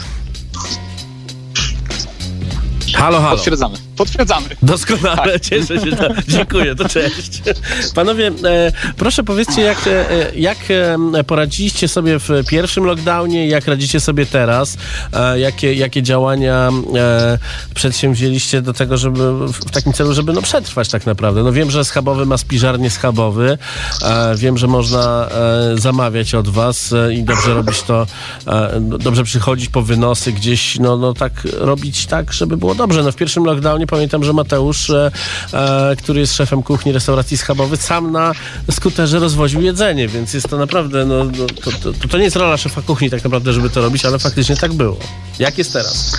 S2: Halo.
S8: Potwierdzamy.
S2: Doskonale, cieszę się. Dziękuję, to cześć. Panowie, proszę powiedzcie, jak poradziliście sobie w pierwszym lockdownie, jak radzicie sobie teraz? Jakie działania przedsięwzięliście do tego, żeby w takim celu, żeby przetrwać tak naprawdę? No wiem, że Schabowy ma spiżarnię Schabowy. Wiem, że można zamawiać od was i dobrze robić to, dobrze przychodzić po wynosy gdzieś, tak robić tak, żeby było dobrze. No w pierwszym lockdownie pamiętam, że Mateusz, który jest szefem kuchni restauracji Schabowy, sam na skuterze rozwoził jedzenie, więc jest to naprawdę, to nie jest rola szefa kuchni tak naprawdę, żeby to robić, ale faktycznie tak było. Jak jest teraz?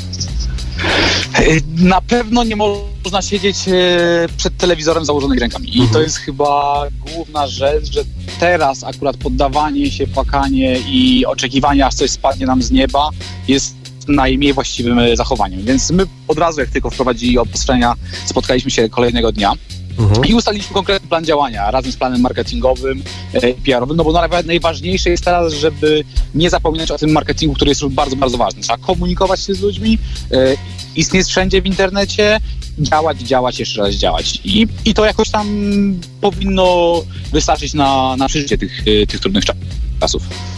S8: Na pewno nie można siedzieć przed telewizorem z założonymi rękami. I to jest chyba główna rzecz, że teraz akurat poddawanie się, płakanie i oczekiwania, aż coś spadnie nam z nieba, jest najmniej właściwym zachowaniem. Więc my od razu, jak tylko wprowadzili obostrzenia, spotkaliśmy się kolejnego dnia i ustaliliśmy konkretny plan działania razem z planem marketingowym, PR-owym, bo najważniejsze jest teraz, żeby nie zapominać o tym marketingu, który jest bardzo, bardzo ważny. Trzeba komunikować się z ludźmi, istnieć wszędzie w internecie, działać, jeszcze raz działać. I to jakoś tam powinno wystarczyć na przeżycie tych trudnych czasów.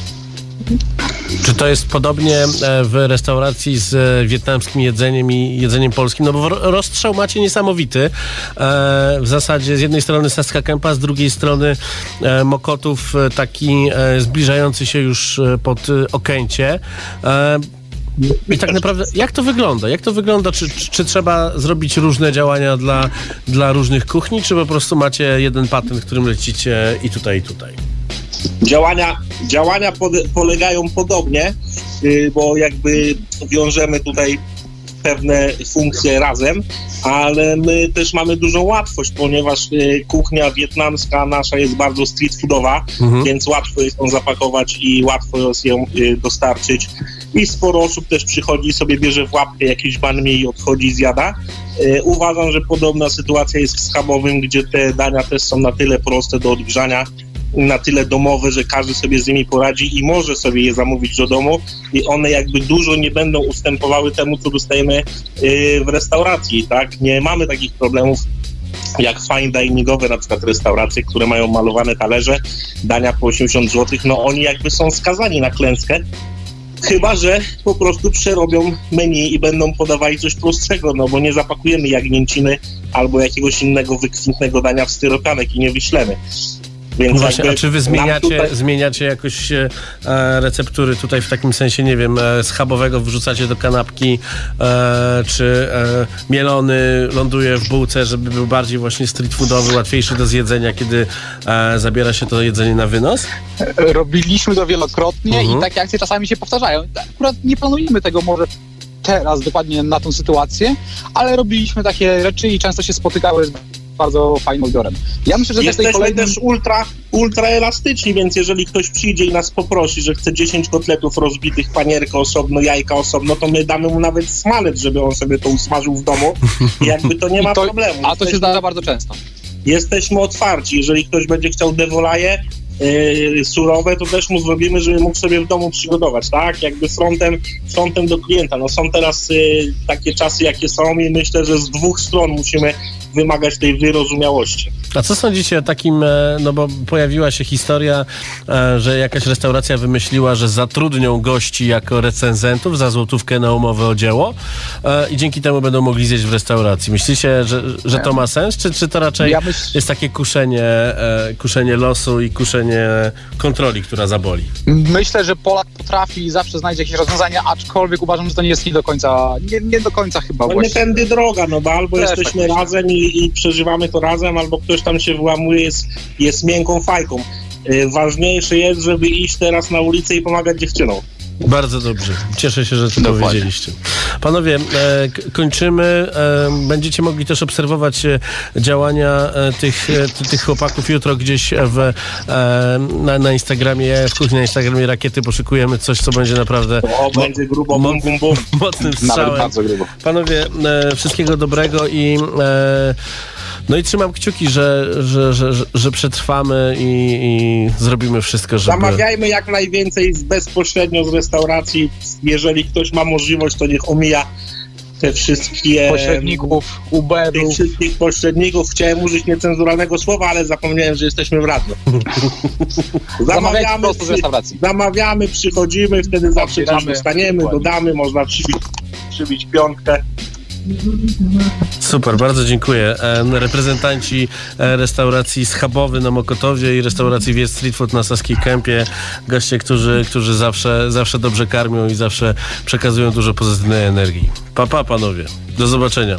S2: Czy to jest podobnie w restauracji z wietnamskim jedzeniem i jedzeniem polskim? No bo rozstrzał macie niesamowity. W zasadzie z jednej strony Saska Kępa, z drugiej strony Mokotów, taki zbliżający się już pod Okęcie. I tak naprawdę, jak to wygląda? Czy trzeba zrobić różne działania dla różnych kuchni, czy po prostu macie jeden patent, którym lecicie i tutaj?
S9: Działania polegają podobnie, bo jakby wiążemy tutaj pewne funkcje razem, ale my też mamy dużą łatwość, ponieważ kuchnia wietnamska nasza jest bardzo street foodowa, więc łatwo jest ją zapakować i łatwo jest ją dostarczyć. I sporo osób też przychodzi, sobie bierze w łapkę jakiś banh mi i odchodzi, zjada. Uważam, że podobna sytuacja jest w Schabowym, gdzie te dania też są na tyle proste do odgrzania, na tyle domowe, że każdy sobie z nimi poradzi i może sobie je zamówić do domu i one jakby dużo nie będą ustępowały temu, co dostajemy w restauracji, tak? Nie mamy takich problemów jak fine diningowe, na przykład restauracje, które mają malowane talerze, dania po 80 zł, oni jakby są skazani na klęskę, chyba że po prostu przerobią menu i będą podawali coś prostszego, bo nie zapakujemy jagnięciny albo jakiegoś innego wykwintnego dania w styropianek i nie wyślemy. Więc
S2: właśnie, a czy wy zmieniacie jakoś receptury tutaj w takim sensie, nie wiem, schabowego wrzucacie do kanapki, czy mielony ląduje w bułce, żeby był bardziej właśnie street foodowy, łatwiejszy do zjedzenia, kiedy zabiera się to jedzenie na wynos?
S8: Robiliśmy to wielokrotnie i takie akcje czasami się powtarzają. Akurat nie planujemy tego może teraz dokładnie na tą sytuację, ale robiliśmy takie rzeczy i często się spotykały z bardzo fajnym odbiorem. Ja myślę, że
S9: jesteśmy też ultra elastyczni, więc jeżeli ktoś przyjdzie i nas poprosi, że chce 10 kotletów rozbitych, panierkę osobno, jajka osobno, to my damy mu nawet smalec, żeby on sobie to usmażył w domu i jakby to nie ma problemu.
S8: A to się zdarza bardzo często.
S9: Jesteśmy otwarci. Jeżeli ktoś będzie chciał devolaje surowe, to też mu zrobimy, żeby mógł sobie w domu przygotować, tak? Jakby frontem do klienta. Są teraz takie czasy, jakie są i myślę, że z dwóch stron musimy wymagać tej wyrozumiałości.
S2: A co sądzicie o takim, bo pojawiła się historia, że jakaś restauracja wymyśliła, że zatrudnią gości jako recenzentów za złotówkę na umowę o dzieło i dzięki temu będą mogli zjeść w restauracji. Myślicie, że to ma sens, czy to raczej jest takie kuszenie losu i kuszenie kontroli, która zaboli?
S8: Myślę, że Polak potrafi i zawsze znajdzie jakieś rozwiązania, aczkolwiek uważam, że to nie jest nie do końca chyba
S9: nie tędy droga, bo albo też jesteśmy tak razem i przeżywamy to razem, albo ktoś tam się wyłamuje, jest miękką fajką. Ważniejsze jest, żeby iść teraz na ulicę i pomagać dziewczynom.
S2: Bardzo dobrze. Cieszę się, że to powiedzieliście. Panowie, kończymy. Będziecie mogli też obserwować działania tych chłopaków jutro gdzieś na Instagramie, w kuchni na Instagramie Rakiety poszykujemy coś, co będzie naprawdę
S9: będzie grubo, bum, bum, bum.
S2: Mocnym strzałem.
S8: Nawet bardzo grubo.
S2: Panowie, wszystkiego dobrego i no i trzymam kciuki, że przetrwamy i zrobimy wszystko, żeby...
S9: Zamawiajmy jak najwięcej bezpośrednio z restauracji. Jeżeli ktoś ma możliwość, to niech omija te wszystkie...
S8: Pośredników, Uberów.
S9: Tych wszystkich pośredników. Chciałem użyć niecenzuralnego słowa, ale zapomniałem, że jesteśmy w radiu. Zamawiamy, przychodzimy, wtedy zawsze coś dostaniemy, dodamy, można przybić piątkę.
S2: Super, bardzo dziękuję. Reprezentanci restauracji Schabowy na Mokotowie i restauracji Wiec Street Food na Saskiej Kępie. Goście, którzy zawsze dobrze karmią i zawsze przekazują dużo pozytywnej energii. Pa, panowie. Do zobaczenia.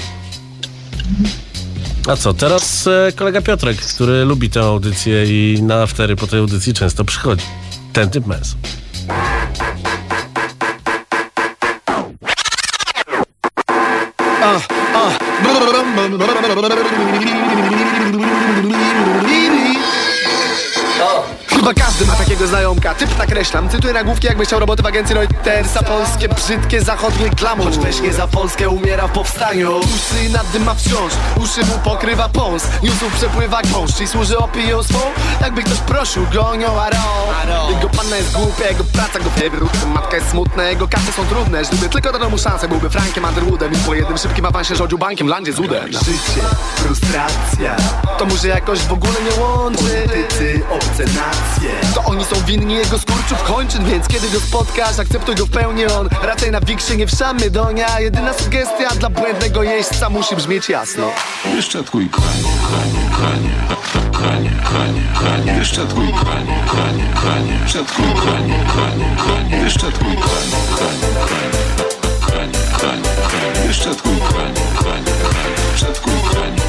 S2: A co, teraz kolega Piotrek, który lubi tę audycję i na aftery po tej audycji często przychodzi. Ten typ mes.
S10: Chyba każdy ma takiego znajomka, typ nakreślam. Cytuję nagłówki, jakby chciał roboty w agencji Reutersa. Polskie, brzydkie, zachodnie glamour. Choć weźmie za Polskę, umiera w powstaniu. Uszy nad dym ma wciąż, uszy mu pokrywa pąs. Newsów przepływa gąszcz i służy opiją swą. Jakby ktoś prosił, gonią aro. Jego panna jest głupia, jego praca go wywrót. Matka jest smutna, jego kasy są trudne. Gdyby tylko dano mu szansę, byłby Frankiem Underwoodem i po jednym szybkim awansie rządził bankiem w landzie z udem. Życie, frustracja, to mu się jakoś w ogóle nie łączy. Politycy, obce nacje, to oni są winni jego skurczów kończyn. Więc kiedy go spotkasz, akceptuj go w pełni. On raczej na wiksie, nie w Szamydonia. Jedyna sugestia dla błędnego jeźdźca musi brzmieć jasno.
S1: Wyszczatkuj konie. Wyszczatkuj konie. Wyszczatkuj konie. Wyszczatkuj konie. Wyszczatkuj konie. Wyszczatkuj konie.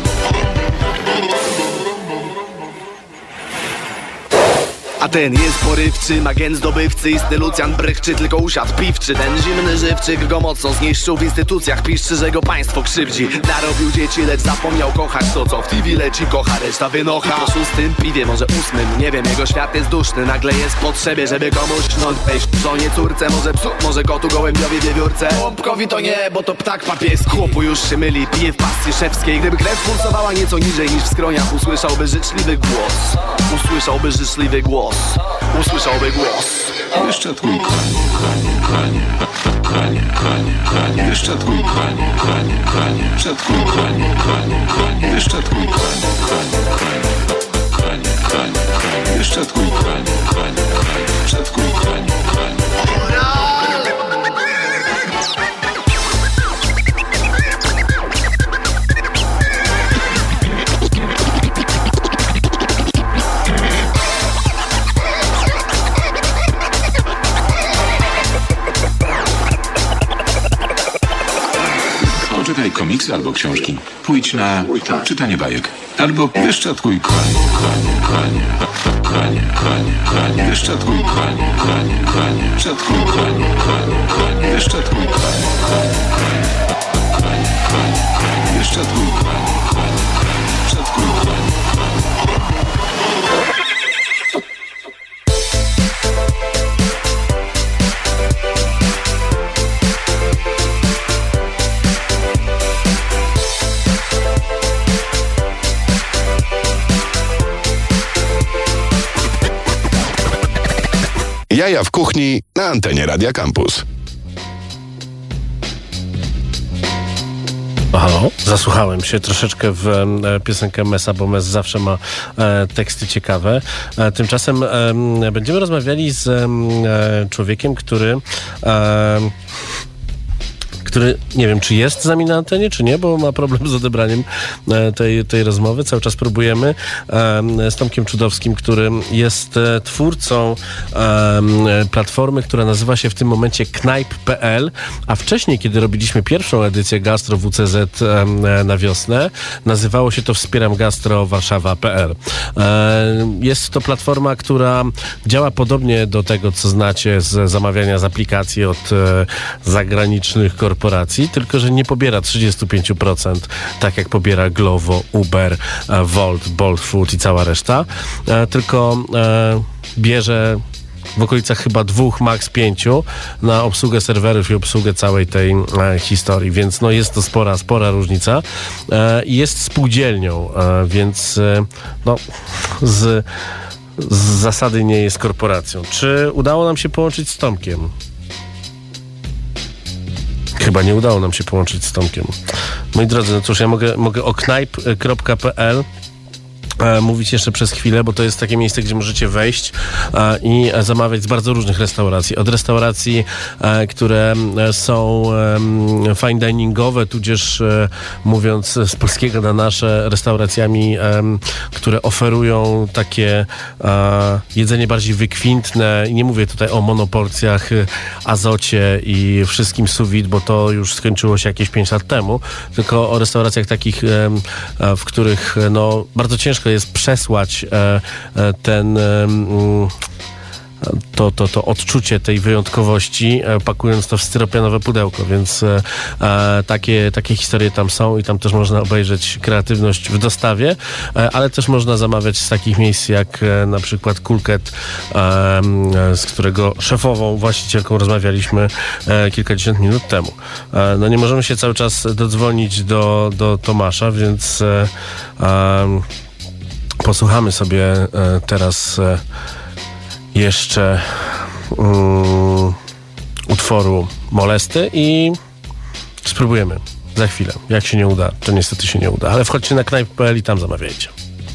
S10: A ten jest porywczy, agent zdobywcy, istny Lucjan Brychczy, tylko usiadł piwczy. Ten zimny żywczyk go mocno zniszczył w instytucjach, piszczy, że go państwo krzywdzi. Narobił dzieci, lecz zapomniał kochać to, co w TV leci, kocha, reszta wynocha. Po 6. piwie, może 8, nie wiem, jego świat jest duszny. Nagle jest w potrzebie, żeby komuś wejść. Żonie, córce, może psu, może kotu, gołębiowi, wiewiórce. Chłopkowi to nie, bo to ptak papieski. Chłopu już się myli, pije w pasji szewskiej. Gdyby krew pulsowała nieco niżej niż w skroniach, usłyszałby życzliwy głos. Usłyszałby życzliwy głos. Usłyszałby głos.
S1: Wyszczatkuj konie. Wyszczatkuj konie. Wyszczatkuj konie. Wyszczatkuj konie. Wyszczatkuj konie. Wyszczatkuj konie. Czytaj komiksy albo książki. Pójdź na czytanie bajek. Albo wyszczatkuj konie. Wyszczatkuj konie. Wyszczatkuj konie. Wyszczatkuj konie. Wyszczatkuj konie. Wyszczatkuj konie. Jaja w kuchni na antenie Radia Campus.
S2: Halo? Zasłuchałem się troszeczkę w piosenkę Mesa, bo Mes zawsze ma teksty ciekawe. Tymczasem będziemy rozmawiali z człowiekiem, który który nie wiem, czy jest z nami na antenie, czy nie, bo ma problem z odebraniem tej rozmowy. Cały czas próbujemy z Tomkiem Czudowskim, który jest twórcą platformy, która nazywa się w tym momencie Knajp.pl, a wcześniej, kiedy robiliśmy pierwszą edycję Gastro WCZ na wiosnę, nazywało się to Wspieram Gastro Warszawa.pl. Jest to platforma, która działa podobnie do tego, co znacie z zamawiania z aplikacji od zagranicznych korporacji, tylko że nie pobiera 35%, tak jak pobiera Glovo, Uber, Wolt, Bolt Food i cała reszta, tylko bierze w okolicach chyba 2, max 5 na obsługę serwerów i obsługę całej tej historii, więc no jest to spora różnica. Jest spółdzielnią, więc no z zasady nie jest korporacją. Czy udało nam się połączyć z Tomkiem? Chyba nie udało nam się połączyć z Tomkiem. Moi drodzy, no cóż, ja mogę o knajp.pl mówić jeszcze przez chwilę, bo to jest takie miejsce, gdzie możecie wejść i zamawiać z bardzo różnych restauracji. Od restauracji, które są fine diningowe, tudzież mówiąc z polskiego na nasze, restauracjami, które oferują takie jedzenie bardziej wykwintne. I nie mówię tutaj o monoporcjach, azocie i wszystkim sous vide, bo to już skończyło się jakieś 5 lat temu, tylko o restauracjach takich, w których no bardzo ciężko jest przesłać to odczucie tej wyjątkowości, pakując to w styropianowe pudełko, więc takie historie tam są i tam też można obejrzeć kreatywność w dostawie, ale też można zamawiać z takich miejsc jak na przykład Kulket, z którego szefową, właścicielką rozmawialiśmy kilkadziesiąt minut temu. No nie możemy się cały czas dodzwonić do Tomasza, więc posłuchamy sobie teraz jeszcze utworu Molesty i spróbujemy za chwilę. Jak się nie uda, to niestety się nie uda. Ale wchodźcie na knajp.pl i tam zamawiajcie.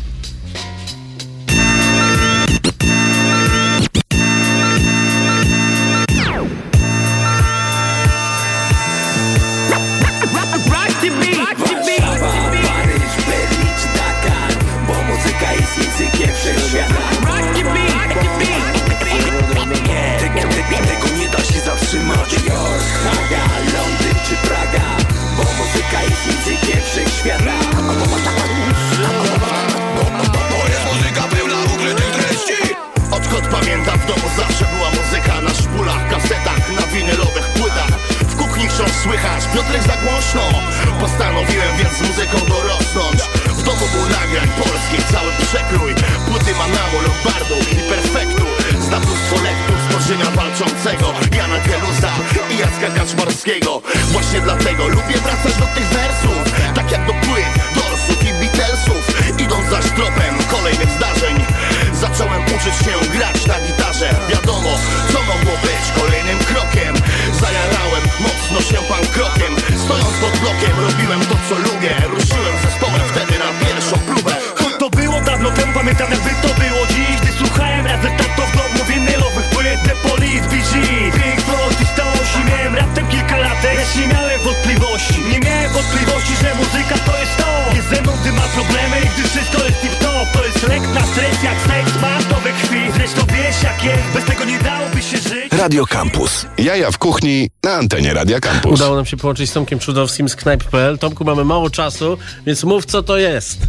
S11: Słychać, Piotrek za głośno. Postanowiłem więc z muzyką dorosnąć. W domu był nagrań polskich, cały przekrój. Płyty Manamu, Lombardu i Perfektu. Zna mnóstwo lektur stworzenia walczącego Jana Kelusa i Jacka Kaczmarskiego. Właśnie dlatego lubię wracać do tych wersów, tak jak do płyt, Dorsów i Beatlesów. Idąc zaś tropem kolejnych zdarzeń, zacząłem uczyć się grać na gitarze. Wiadomo, co mogło być kolejnym krokiem. Zajarałem mocno się pankrokiem. Stojąc pod blokiem robiłem to, co lubię. Ruszyłem zespołem wtedy na pierwszą próbę.
S12: To było dawno temu, pamiętam jakby to było dziś. Gdy słuchałem razem tato w domu winylowych płyt The Police, BG, Pink Floyd i 108. Miałem raptem kilka latek, lecz nie miałem wątpliwości. Nie miałem wątpliwości, że muzyka to jest to. Jest ze mną, gdy ma problemy i gdy wszystko jest tip-top. To jest lek na stres, jak seks ma to we krwi. Zresztą wiesz jak jest, bez tego nie dałoby się żyć.
S13: Radio Campus. Jaja w kuchni na antenie Radia Campus.
S2: Udało nam się połączyć z Tomkiem Czudowskim z knajp.pl. Tomku, mamy mało czasu, więc mów, co to jest.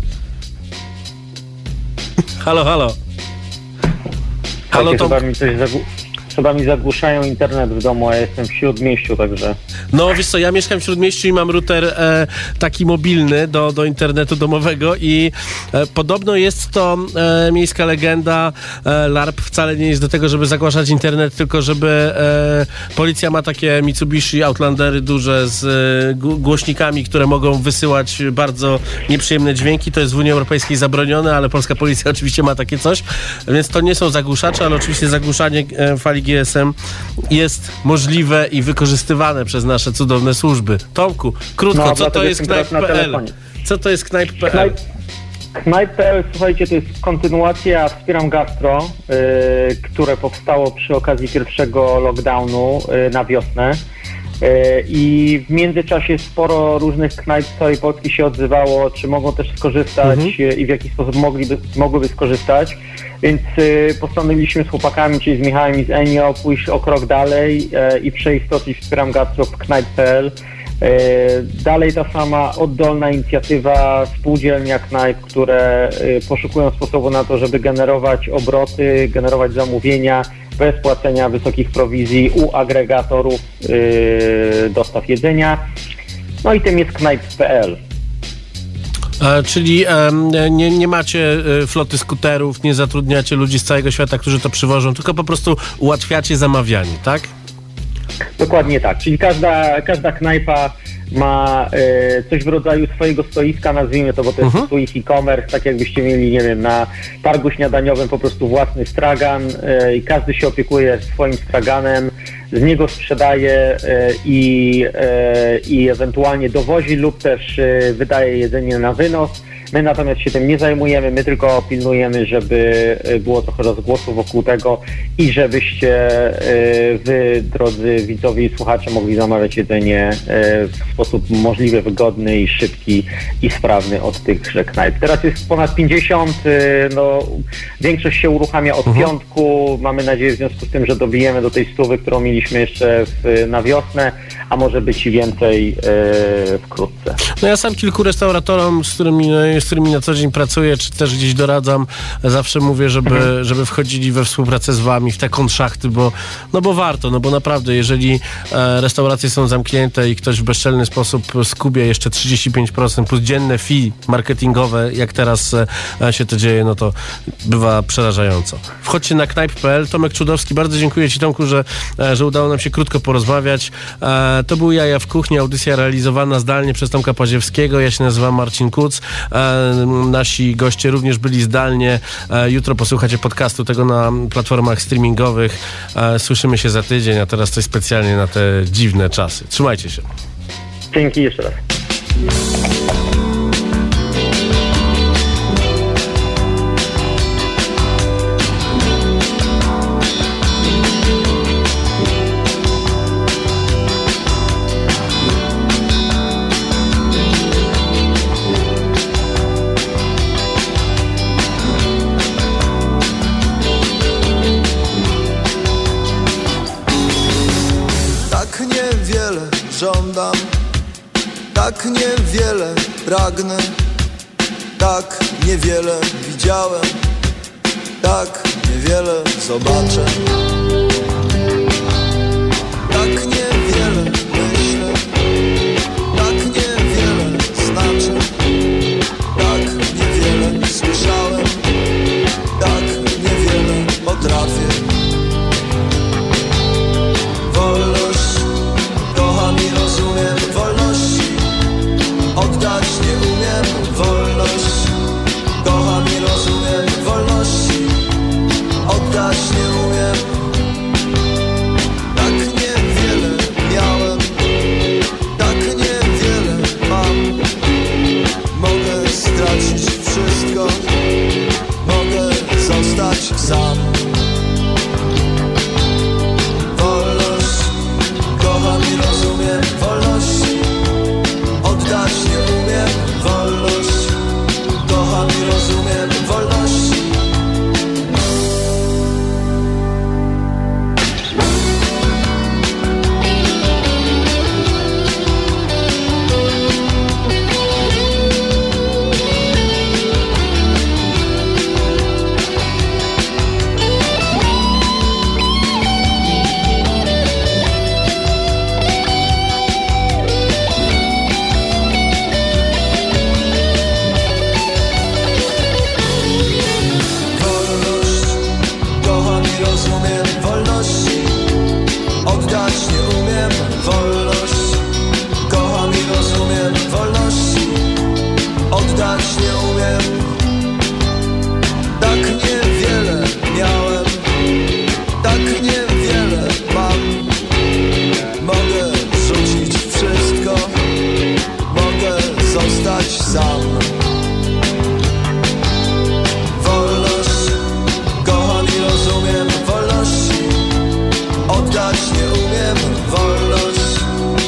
S2: Halo, halo. Halo, Tomku.
S14: Chyba mi zagłuszają internet w domu, a ja jestem w Śródmieściu, także...
S2: No, wiesz co, ja mieszkam w Śródmieściu i mam router taki mobilny do internetu domowego i podobno jest to miejska legenda. LARP wcale nie jest do tego, żeby zagłaszać internet, tylko żeby policja ma takie Mitsubishi Outlandery duże z głośnikami, które mogą wysyłać bardzo nieprzyjemne dźwięki. To jest w Unii Europejskiej zabronione, ale polska policja oczywiście ma takie coś, więc to nie są zagłuszacze, ale oczywiście zagłuszanie fali GSM jest możliwe i wykorzystywane przez nasze cudowne służby. Tomku, krótko, co to jest knajp.pl? Co to jest knajp.pl?
S14: Knajp.pl, słuchajcie, to jest kontynuacja Wspieram Gastro, które powstało przy okazji pierwszego lockdownu na wiosnę. I w międzyczasie sporo różnych knajp z całej Polski się odzywało, czy mogą też skorzystać i w jaki sposób mogłyby skorzystać. Więc postanowiliśmy z chłopakami, czyli z Michałem i z Enio, pójść o krok dalej i przeistoczyć Wspieram Gastro w knajp.pl. Dalej ta sama oddolna inicjatywa, spółdzielnia knajp, które poszukują sposobu na to, żeby generować obroty, generować zamówienia bez płacenia wysokich prowizji u agregatorów dostaw jedzenia. No i tym jest knajp.pl.
S2: Czyli nie macie floty skuterów, nie zatrudniacie ludzi z całego świata, którzy to przywożą, tylko po prostu ułatwiacie zamawianie, tak?
S14: Dokładnie tak, czyli każda knajpa ma coś w rodzaju swojego stoiska, nazwijmy to, bo to jest ich e-commerce, tak jakbyście mieli, nie wiem, na targu śniadaniowym po prostu własny stragan i każdy się opiekuje swoim straganem, z niego sprzedaje i ewentualnie dowozi lub też wydaje jedzenie na wynos. My natomiast się tym nie zajmujemy, my tylko pilnujemy, żeby było trochę rozgłosu wokół tego i żebyście wy, drodzy widzowie i słuchacze, mogli zamawiać jedzenie w sposób możliwie wygodny i szybki i sprawny od tychże knajp. Teraz jest ponad 50, większość się uruchamia od piątku. Mamy nadzieję w związku z tym, że dobijemy do tej 100, którą mieliśmy jeszcze na wiosnę, a może być i więcej wkrótce.
S2: No ja sam kilku restauratorom, z którymi na co dzień pracuję, czy też gdzieś doradzam, zawsze mówię, żeby wchodzili we współpracę z wami w te konszachty, bo warto, bo naprawdę, jeżeli restauracje są zamknięte i ktoś w bezczelny sposób skubie jeszcze 35% plus dzienne fee marketingowe, jak teraz się to dzieje, no to bywa przerażająco. Wchodźcie na knajp.pl. Tomek Czudowski, bardzo dziękuję ci, Tomku, że udało nam się krótko porozmawiać. To był Jaja w Kuchni, audycja realizowana zdalnie przez Tomka Paziewskiego. Ja się nazywam Marcin Kuc. Nasi goście również byli zdalnie. Jutro posłuchacie podcastu tego na platformach streamingowych. Słyszymy się za tydzień, a teraz coś specjalnie na te dziwne czasy. Trzymajcie się.
S14: Dzięki jeszcze raz.
S15: Żądam, tak niewiele pragnę, tak niewiele widziałem, tak niewiele zobaczę, tak niewiele myślę, tak niewiele znaczy, tak niewiele słyszałem, tak niewiele potrafię. Oddać nie umiem wolność, kocham i rozumiem wolności, oddać nie umiem. Tak niewiele miałem, tak niewiele mam. Mogę stracić wszystko, mogę zostać sam. Wolność, kocham i rozumiem wolności. Oddać nie umiem wolność, kocham i rozumiem wolności. Oddać nie umiem, tak niewiele miałem, tak niewiele mam. Mogę rzucić wszystko, mogę zostać sam. Wolność, kocham i rozumiem wolności. Oddać nie umiem wolność,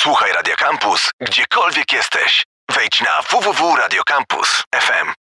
S16: Słuchaj Radio Campus, gdziekolwiek jesteś. Wejdź na www.radiocampus.fm.